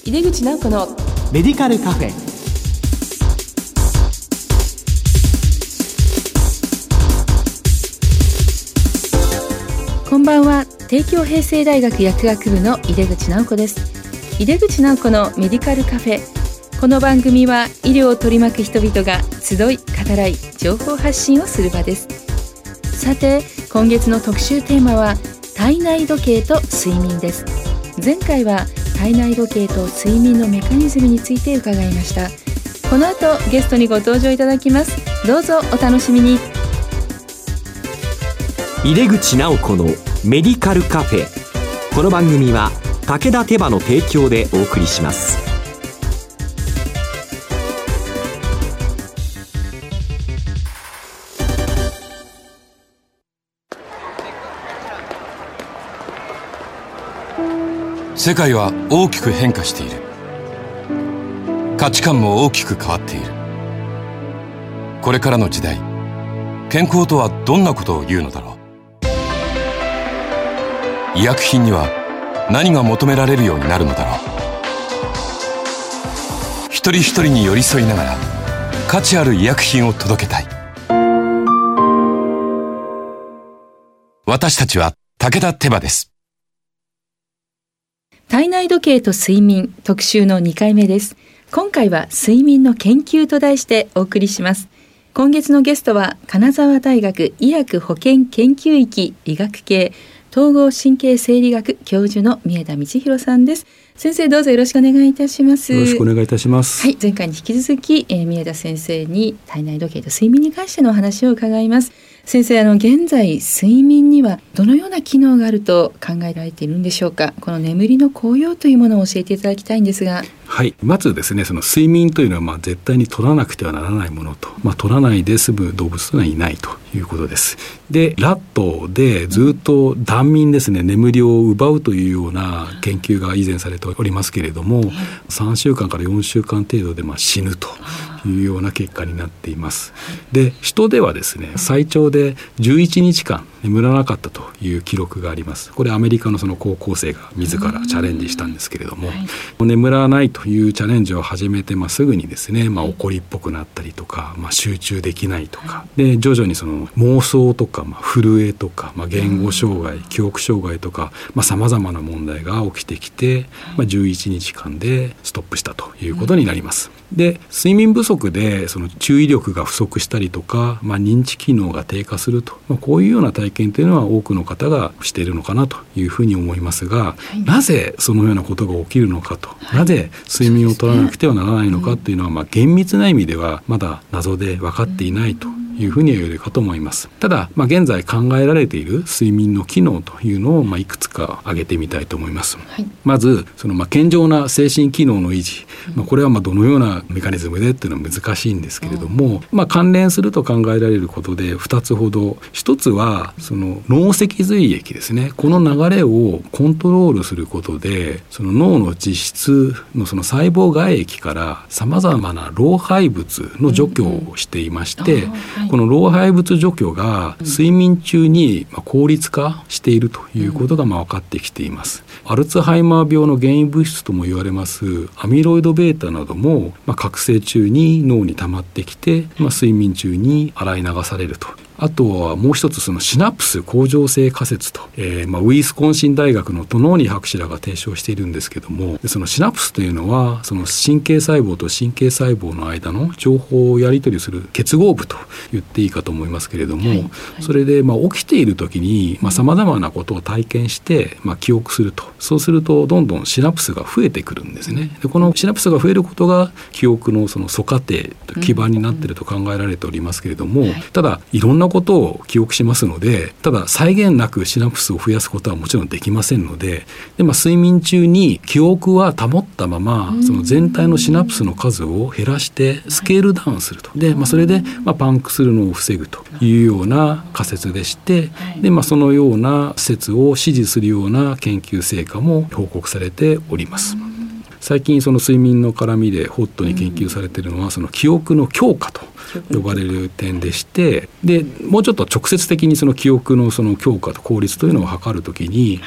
井出口直子のメディカルカフェ。 こんばんは。帝京平成大学薬学部の井出口直子です。井出口直子のメディカルカフェ。この番組は医療を取り巻く人々が集い語らい情報発信をする場です。さて、今月の特集テーマは体内時計と睡眠です。前回は体内時計と睡眠のメカニズムについて伺いました。この後ゲストにご登場いただきます。どうぞお楽しみに。 井出口直子のメディカルカフェ。この番組は武田手羽の提供でお送りします。 世界は大きく変化している。価値観も大きく変わっている。これからの時代、健康とはどんなことを言うのだろう。医薬品には何が求められるようになるのだろう。一人一人に寄り添いながら価値ある医薬品を届けたい。私たちは武田手羽です。 体内時計と睡眠特集の2回目です。今回は睡眠の研究と題してお送りします。今月のゲストは金沢大学医薬保健研究域理学系統合神経生理学教授の宮田道弘さんです。先生、どうぞよろしくお願いいたします。 よろしくお願いいたします。 はい、前回に引き続き、宮田先生に体内時計と睡眠に関してのお話を伺います。先生、現在睡眠にはどのような機能があると考えられているんでしょうか。この眠りの効用というものを教えていただきたいんですが。 はい、まずですね、その睡眠というのは絶対に取らなくてはならないものと、取らないで済む動物というのはいないということです。で、ラットでずっと断眠ですね、眠りを奪うというような研究が以前されておりますけれども、3週間から4週間程度で死ぬというような結果になっています。で、人ではですね、最長で11日間眠らなかったという記録があります。これアメリカのその高校生が自らチャレンジしたんですけれども、眠らないというチャレンジを始めて、すぐにですね、怒りっぽくなったりとか、集中できないとかで、徐々にその妄想とか、震えとか、言語障害、記憶障害とか、様々な問題が起きてきて、11日間でストップしたということになります。で、睡眠不足でその注意力が不足したりとか、認知機能が低下すると、こういうような体験というのは多くの方がしているのかなというふうに思いますが、なぜそのようなことが起きるのかと、なぜ睡眠を取らなくてはならないのかというのは、厳密な意味ではまだ謎で分かっていないというふうには言えるかと思います。ただ、現在考えられている睡眠の機能というのをいくつか挙げてみたいと思います。まずその健常な精神機能の維持、これはどのようなメカニズムでっていうのは難しいんですけれども、関連すると考えられることで2つほど。1つはその脳脊髄液ですね。この流れをコントロールすることで、その脳の実質のその細胞外液からさまざまな老廃物の除去をしていまして、この老廃物除去が睡眠中に効率化しているということが分かってきています。アルツハイマー病の原因物質とも言われますアミロイド β なども、覚醒中に脳に溜まってきて、睡眠中に洗い流されると。あとはもう一つ、そのシナプス恒常性仮説と、ウィスコンシン大学のトノーニ博士らが提唱しているんですけども、そのシナプスというのはその神経細胞と神経細胞の間の情報をやり取りする結合部と言っていいかと思いますけれども、それで起きている時にさまざまなことを体験して、記憶すると。そうするとどんどんシナプスが増えてくるんですね。で、このシナプスが増えることが記憶のその素過程基盤になっていると考えられておりますけれども、ただいろんなことを記憶しますので、ただ際限なくシナプスを増やすことはもちろんできませんので、睡眠中に記憶は保ったまま、その全体のシナプスの数を減らしてスケールダウンすると。で、それでパンクするのを防ぐというような仮説でして、で、そのような説を支持するような研究成果も報告されております。最近その睡眠の絡みでホットに研究されているのは、その記憶の強化と呼ばれる点でして、でもうちょっと直接的にその記憶のその強化と効率というのを測るときに、知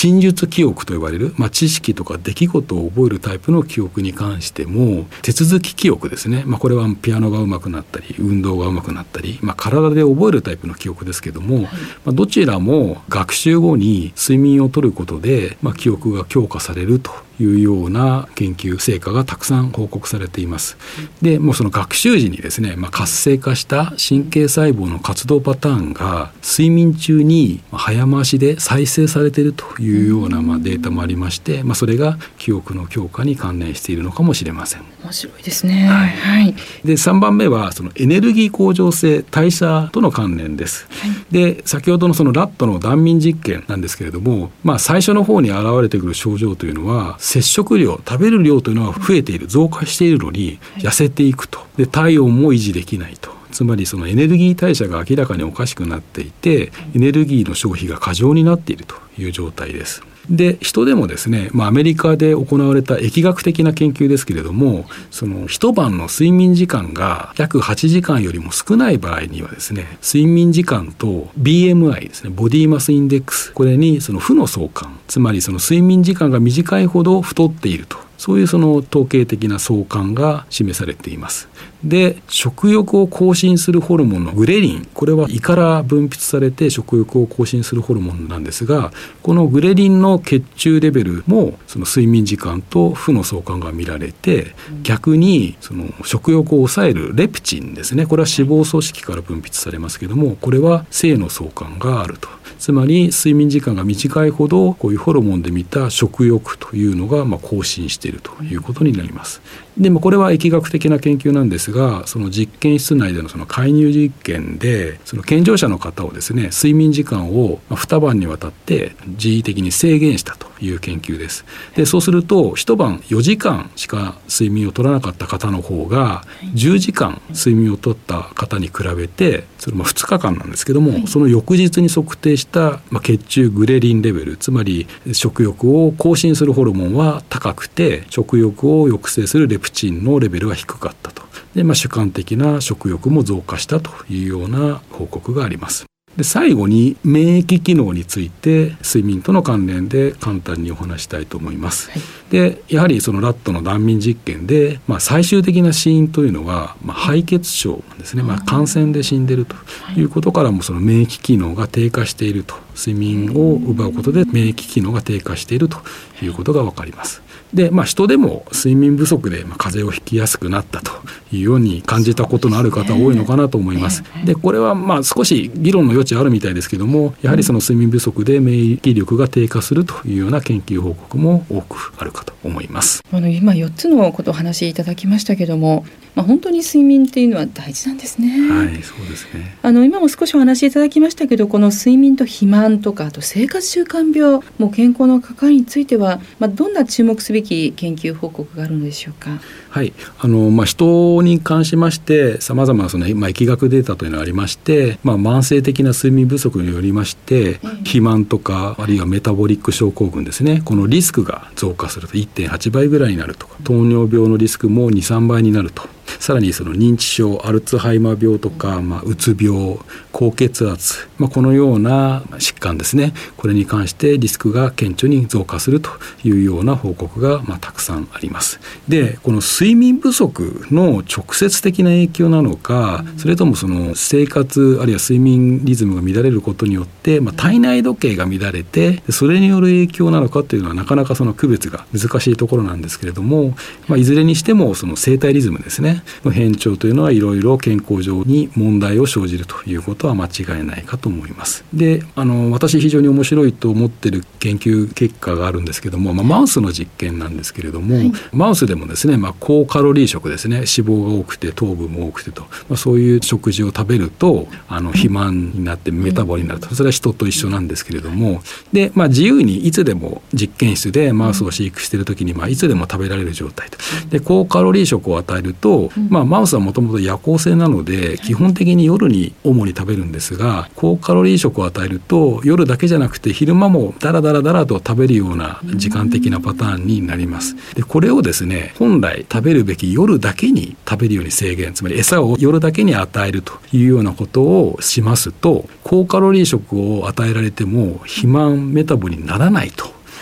陳述記憶と呼ばれる、知識とか出来事を覚えるタイプの記憶に関しても、手続き記憶ですね、これはピアノが上手くなったり運動が上手くなったり、体で覚えるタイプの記憶ですけども、どちらも学習後に睡眠をとることで、記憶が強化されるというような研究成果がたくさん報告されています。でもうその学習時にですね、活性化した神経細胞の活動パターンが睡眠中に早回しで再生されているというようなデータもありまして、それが記憶の強化に関連しているのかもしれません。 面白いですね。はい。 で3番目はそのエネルギー向上性、代謝との関連です。で先ほどのそのラットの断眠実験なんですけれども、最初の方に現れてくる症状というのは、摂食量、食べる量というのは増えている、増加しているのに痩せていくと。で体温も維持できないと。つまりそのエネルギー代謝が明らかにおかしくなっていて、エネルギーの消費が過剰になっているという状態です。で人でもですね、アメリカで行われた疫学的な研究ですけれども、その一晩の睡眠時間が約8時間よりも少ない場合にはですね、睡眠時間と BMI ですね、ボディマスインデックス、これにその負の相関、つまりその睡眠時間が短いほど太っていると、そういうその統計的な相関が示されています。で食欲を更新するホルモンのグレリン、これは胃から分泌されて食欲を更新するホルモンなんですが、このグレリンの血中レベルもその睡眠時間と負の相関が見られて、逆にその食欲を抑えるレプチンですね、これは脂肪組織から分泌されますけども、これは正の相関があると。つまり睡眠時間が短いほどこういうホルモンで見た食欲というのが更新しているということになります。でもこれは疫学的な研究なんですが、その実験室内でのその介入実験で、その健常者の方をですね、睡眠時間を2晩にわたって人為的に制限したという研究です。でそうすると一晩4時間しか睡眠を取らなかった方の方が10時間睡眠を取った方に比べて、それ2日間なんですけども、その翌日に測定した血中グレリンレベル、つまり食欲を更新するホルモンは高くて、食欲を抑制するレプチンのレベルは低かったと。で、主観的な食欲も増加したというような報告があります。で最後に免疫機能について睡眠との関連で簡単にお話したいと思います。でやはりそのラットの断眠実験で、最終的な死因というのは、敗血症なんですね。感染で死んでいるということからも、その免疫機能が低下していると、睡眠を奪うことで免疫機能が低下しているということが分かります。で人でも睡眠不足で風邪をひきやすくなったというように感じたことのある方多いのかなと思います。でこれは少し議論の余地あるみたいですけども、やはりその睡眠不足で免疫力が低下するというような研究報告も多くあるかと思います。 今4つのことをお話しいただきましたけども、本当に睡眠っていうのは大事なんですね。 はい、そうですね。 今も少しお話しいただきましたけど、この睡眠と肥満とか、あと生活習慣病、健康の関わりについては、どんな注目すべき研究報告があるのでしょうか。 はい、人に関しまして様々なその疫学データというのがありまして、慢性的な睡眠不足によりまして、肥満とかあるいはメタボリック症候群ですね、このリスクが増加すると 1.8 倍ぐらいになるとか、糖尿病のリスクも 2,3 倍になると。さらにその認知症、アルツハイマー病とか、うつ病、高血圧、このような疾患ですね、これに関してリスクが顕著に増加するというような報告がたくさんあります。でこの睡眠不足の直接的な影響なのか、それともその生活あるいは睡眠リズムが乱れることによって、体内時計が乱れて、それによる影響なのかというのはなかなかその区別が難しいところなんですけれども、いずれにしてもその生体リズムですねの変調というのはいろいろ健康上に問題を生じるということは間違いないかと思います。で私非常に面白いと思っている研究結果があるんですけども、マウスの実験なんですけれども、マウスでもですね、高カロリー食ですね、脂肪が多くて糖分も多くてと、そういう食事を食べると肥満になってメタボになると、それは人と一緒なんですけれども、で、自由にいつでも実験室でマウスを飼育しているときに、いつでも食べられる状態と。で高カロリー食を与えると、マウスはもともと夜行性なので基本的に夜に主に食べるんですが、高カロリー食を与えると夜だけじゃなくて昼間もダラダラダラと食べるような時間的なパターンになります。でこれをですね、本来食べるべき夜だけに食べるように制限、つまり餌を夜だけに与えるというようなことをしますと、高カロリー食を与えられても肥満メタボにならないと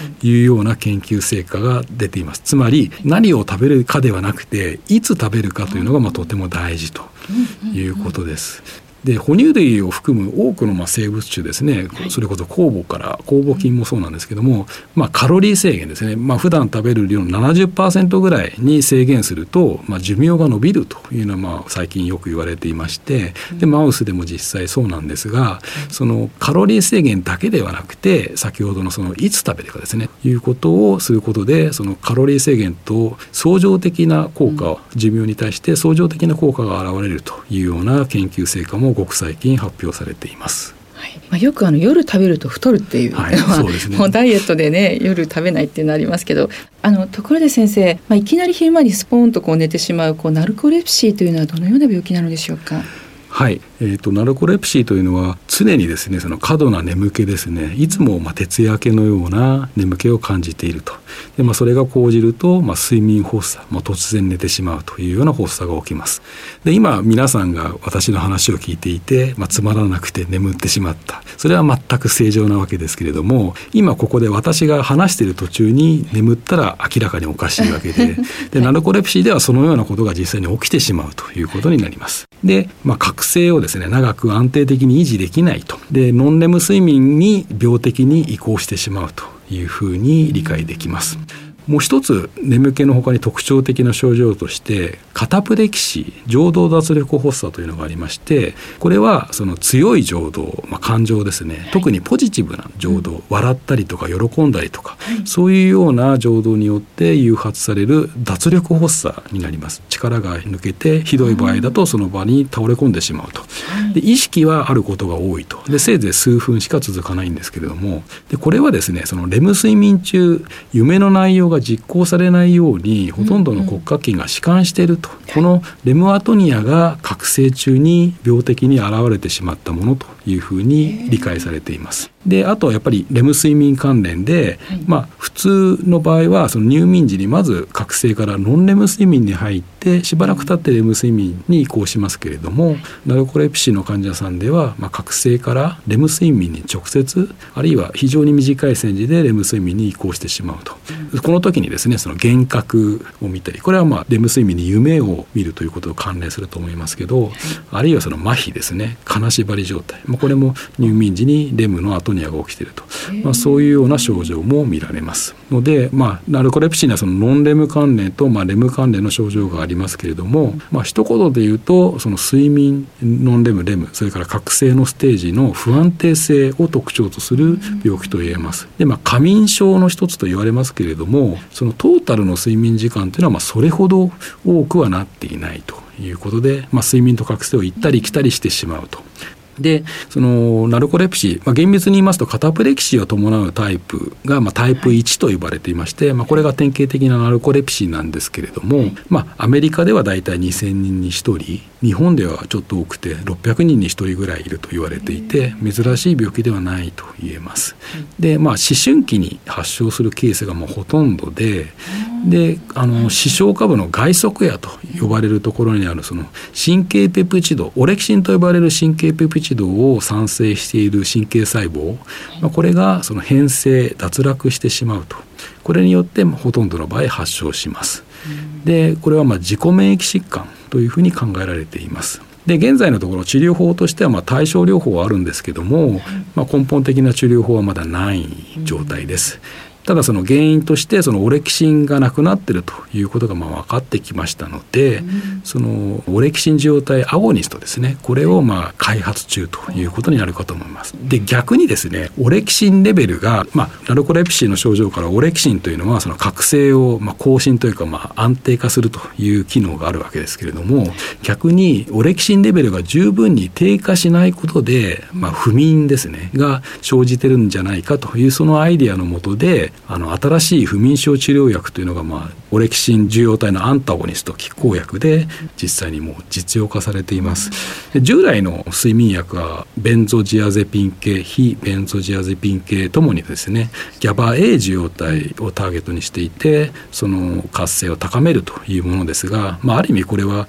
いうような研究成果が出ています。つまり何を食べるかではなくて、いつ食べるかというのがとても大事ということです。で、哺乳類を含む多くの生物種ですね、それこそ酵母菌もそうなんですけども、カロリー制限ですね、普段食べる量の 70% ぐらいに制限すると、寿命が延びるというのは最近よく言われていまして、でマウスでも実際そうなんですが、そのカロリー制限だけではなくて、先ほどのいつ食べるかですねいうことをすることで、そのカロリー制限と相乗的な効果、寿命に対して相乗的な効果が現れるというような研究成果もごく最近発表されています。 よく夜食べると太るっていうのは、 そうですね、 もうダイエットでね、夜食べないっていうのありますけど、ところで先生、いきなり昼間にスポーンと寝てしまうナルコレプシーというのはどのような病気なのでしょうか。 はい、ナルコレプシーというのは常にですね、その過度な眠気ですね、いつも徹夜明けのような眠気を感じていると。で、それが講じると、睡眠発作、突然寝てしまうというような発作が起きます。で、今皆さんが私の話を聞いていて、つまらなくて眠ってしまった、それは全く正常なわけですけれども、今ここで私が話している途中に眠ったら明らかにおかしいわけで、でナルコレプシーではそのようなことが実際に起きてしまうということになります。で、覚醒をですね、長く安定的に維持できないと。で、ノンレム睡眠に病的に移行してしまうというふうに理解できます。もう一つ、眠気の他に特徴的な症状としてカタプレキシー、情動脱力発作というのがありまして、これはその強い情動、感情ですね、特にポジティブな情動、笑ったりとか喜んだりとか、そういうような情動によって誘発される脱力発作になります。力が抜けて、ひどい場合だとその場に倒れ込んでしまうと。で、意識はあることが多いと。で、せいぜい数分しか続かないんですけれども、でこれはですね、そのレム睡眠中、夢の内容が実行されないようにほとんどの骨格筋が弛緩していると。このレムアトニアが覚醒中に病的に現れてしまったものというふうに理解されています。で、あとはやっぱりレム睡眠関連で、普通の場合はその入眠時にまず覚醒からノンレム睡眠に入ってしばらく経ってレム睡眠に移行しますけれども、ナルコレプシーの患者さんでは、覚醒からレム睡眠に直接、あるいは非常に短い線時でレム睡眠に移行してしまうと。この時にですね、その幻覚を見たり、これはレム睡眠に夢を見るということと関連すると思いますけど、あるいはその麻痺ですね、金縛り状態、これも入眠時にレムのアトニアが起きていると、そういうような症状も見られますので、ナルコレプシーにはそのノンレム関連と、レム関連の症状がありますけれども、一言で言うと、その睡眠、ノンレム、レム、それから覚醒のステージの不安定性を特徴とする病気と言えます。で、過眠症の一つと言われますけれども、そのトータルの睡眠時間というのはそれほど多くはなっていないということで、睡眠と覚醒を行ったり来たりしてしまうと。で、そのナルコレプシー、厳密に言いますとカタプレキシーを伴うタイプが、タイプ1と呼ばれていまして、これが典型的なナルコレプシーなんですけれども、アメリカではだいたい2000人に1人、日本ではちょっと多くて600人に1人ぐらいいると言われていて、珍しい病気ではないと言えます。で、思春期に発症するケースがほとんどで、視床下部の外側野と呼ばれるところにあるその神経ペプチド、オレキシンと呼ばれる神経ペプチドを産生している神経細胞、これがその変性、脱落してしまうと。これによってほとんどの場合発症します。で、これは自己免疫疾患というふうに考えられています。で、現在のところ治療法としては対症療法はあるんですけども、根本的な治療法はまだない状態です。ただその原因としてそのオレキシンがなくなっているということが分かってきましたので、そのオレキシン受容体アゴニストですね、これを開発中ということになるかと思います。で、逆にですね、オレキシンレベルが、ナルコレプシーの症状からオレキシンというのはその覚醒を更新というか安定化するという機能があるわけですけれども、逆にオレキシンレベルが十分に低下しないことで、不眠ですねが生じてるんじゃないかというそのアイデアのもとで、新しい不眠症治療薬というのが、オレキシン受容体のアンタゴニスト、拮抗薬で実際にもう実用化されています。で、従来の睡眠薬はベンゾジアゼピン系、非ベンゾジアゼピン系ともにですね、GABA-A 受容体をターゲットにしていて、その活性を高めるというものですが、ある意味これは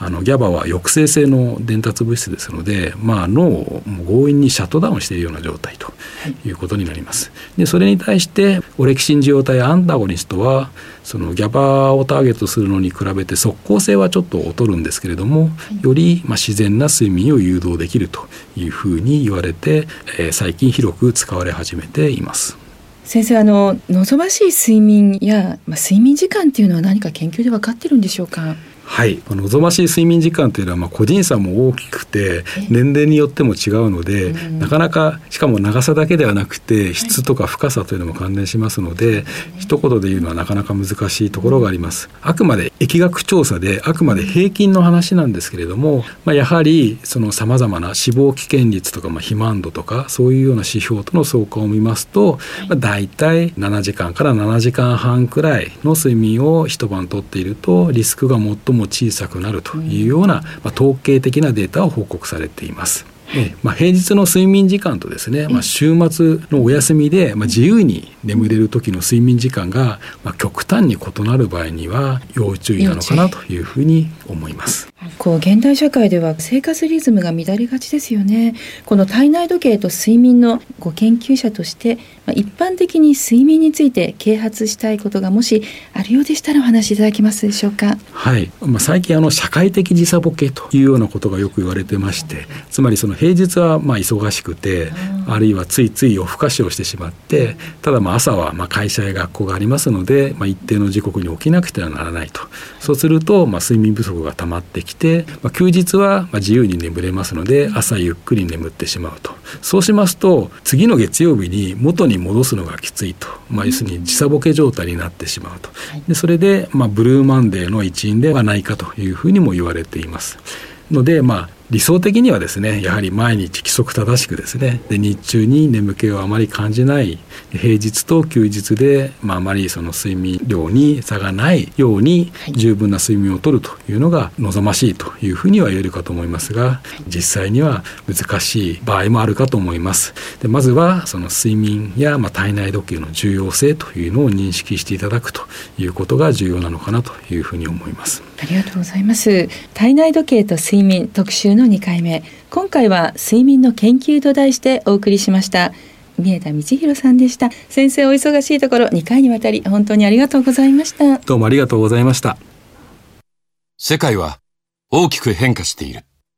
GABA は抑制性の伝達物質ですので、脳を強引にシャットダウンしているような状態ということになります。でそれに対してオレキシン受容体アンタゴニストはその GABA をターゲットするのに比べて即効性はちょっと劣るんですけれども、より自然な睡眠を誘導できるというふうに言われて、最近広く使われ始めています。 先生、望ましい睡眠や、睡眠時間というのは何か研究で分かってるんでしょうか？ はい、望ましい睡眠時間というのは個人差も大きくて年齢によっても違うので、なかなかしかも長さだけではなくて質とか深さというのも関連しますので、一言で言うのはなかなか難しいところがあります。あくまで疫学調査であくまで平均の話なんですけれども、やはりそのさまざまな死亡危険率とか肥満度とかそういうような指標との相関を見ますと、だいたい7時間から7時間半くらいの睡眠を一晩とっているとリスクが最も小さくなるというような、統計的なデータを報告されています。平日の睡眠時間とですね、週末のお休みで、自由に眠れる時の睡眠時間が、極端に異なる場合には要注意なのかなというふうに思います。 現代社会では生活リズムが乱れがちですよね。この体内時計と睡眠のご研究者として、一般的に睡眠について啓発したいことがもしあるようでしたらお話しいただけますでしょうか？ はい、最近社会的時差ボケというようなことがよく言われてまして、つまりその平日は忙しくて、あるいはついつい夜更かしをしてしまって、ただ朝は会社や学校がありますので、一定の時刻に起きなくてはならないと。そうすると睡眠不足が溜まってきて、休日は自由に眠れますので朝ゆっくり眠ってしまうと。そうしますと次の月曜日に元に戻すのがきついと、要するに時差ボケ状態になってしまうと。でそれで、ブルーマンデーの一因ではないかというふうにも言われていますので、理想的にはですね、やはり毎日規則正しくですね、で日中に眠気をあまり感じない、平日と休日で、あまりその睡眠量に差がないように十分な睡眠をとるというのが望ましいというふうには言えるかと思いますが、実際には難しい場合もあるかと思います。でまずはその睡眠や体内時計の重要性というのを認識していただくということが重要なのかなというふうに思います。 ありがとうございます。体内時計と睡眠特集の2回目、今回は睡眠の研究と題してお送りしました。三枝道弘さんでした。先生、お忙しいところ2回にわたり本当にありがとうございました。 どうもありがとうございました。 世界は大きく変化している。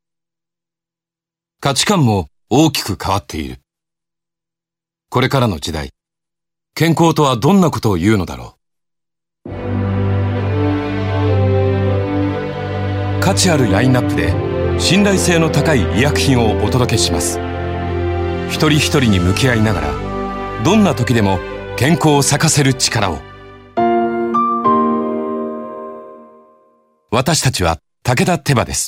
価値観も大きく変わっている。これからの時代、健康とはどんなことを言うのだろう。価値あるラインナップで信頼性の高い医薬品をお届けします。一人一人に向き合いながら、どんな時でも健康を咲かせる力を。私たちは武田手羽です。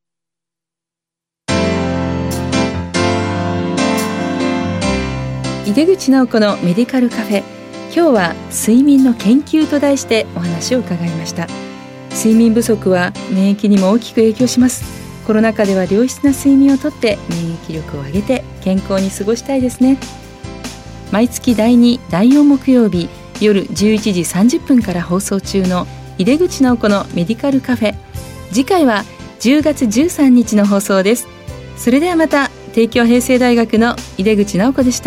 井出口直子のメディカルカフェ。今日は睡眠の研究と題してお話を伺いました。睡眠不足は免疫にも大きく影響します。コロナ禍では良質な睡眠をとって免疫力を上げて健康に過ごしたいですね。毎月第2、第4木曜日夜11時30分から放送中の井出口直子のメディカルカフェ。次回は10月13日の放送です。それではまた。帝京平成大学の井出口直子でした。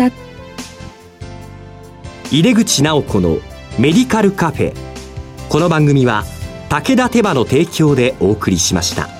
井出口直子のメディカルカフェ。この番組は武田手羽の提供でお送りしました。